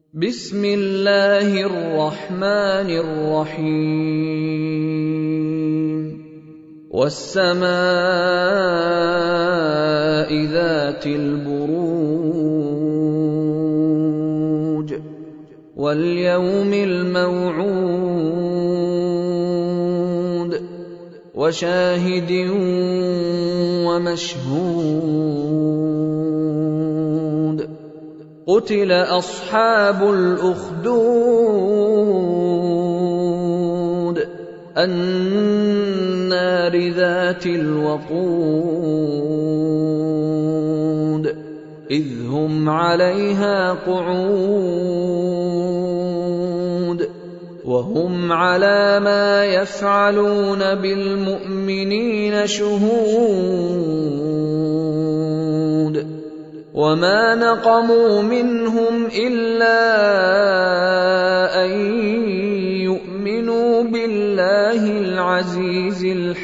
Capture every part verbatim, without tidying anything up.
بسم الله الرحمن الرحيم والسماء ذات البروج واليوم الموعود وشاهد ومشهود قتل أصحاب الأخدود النار ذات الوقود إذ هم عليها قعود وهم على ما يفعلون بالمؤمنين شهود وما نقموا منهم إلا أن يؤمنوا بالله العزيز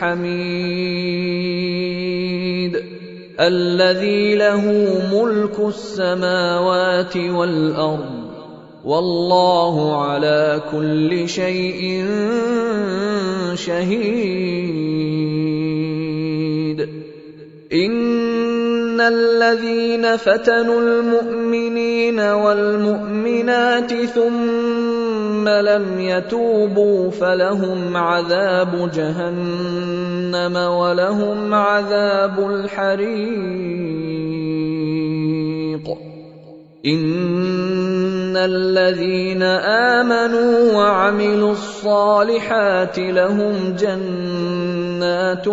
الحميد الذي له ملك السماوات والأرض والله على كل شيء شهيد إن الذين فتنوا المؤمنين والمؤمنات ثم لم يتوبوا فلهم عذاب جهنم ولهم عذاب الحريق إن الذين آمنوا وعملوا الصالحات لهم جنات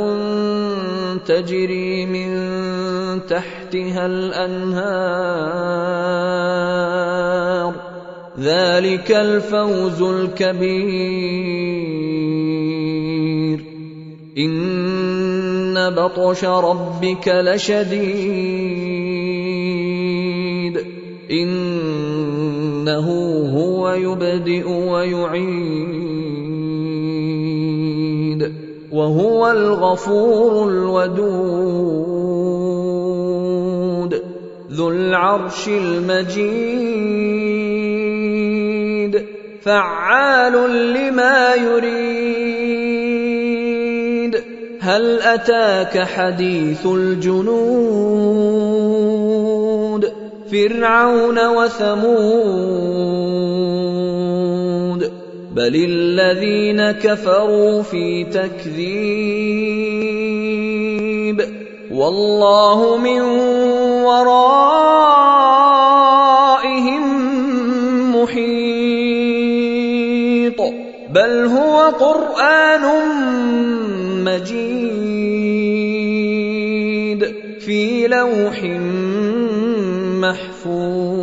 تجري من تحتها الأنهار ذلك الفوز الكبير إن بطش ربك لشديد إنه هو يبدئ ويعيد وهو الغفور الودود ذو العرش المجيد فعال لما يريد هل أتاك حديث الجنود فرعون وثمود بل الذين كفروا في تكذيب والله من ورائهم محيط بل هو قرآن مجيد في لوح محفوظ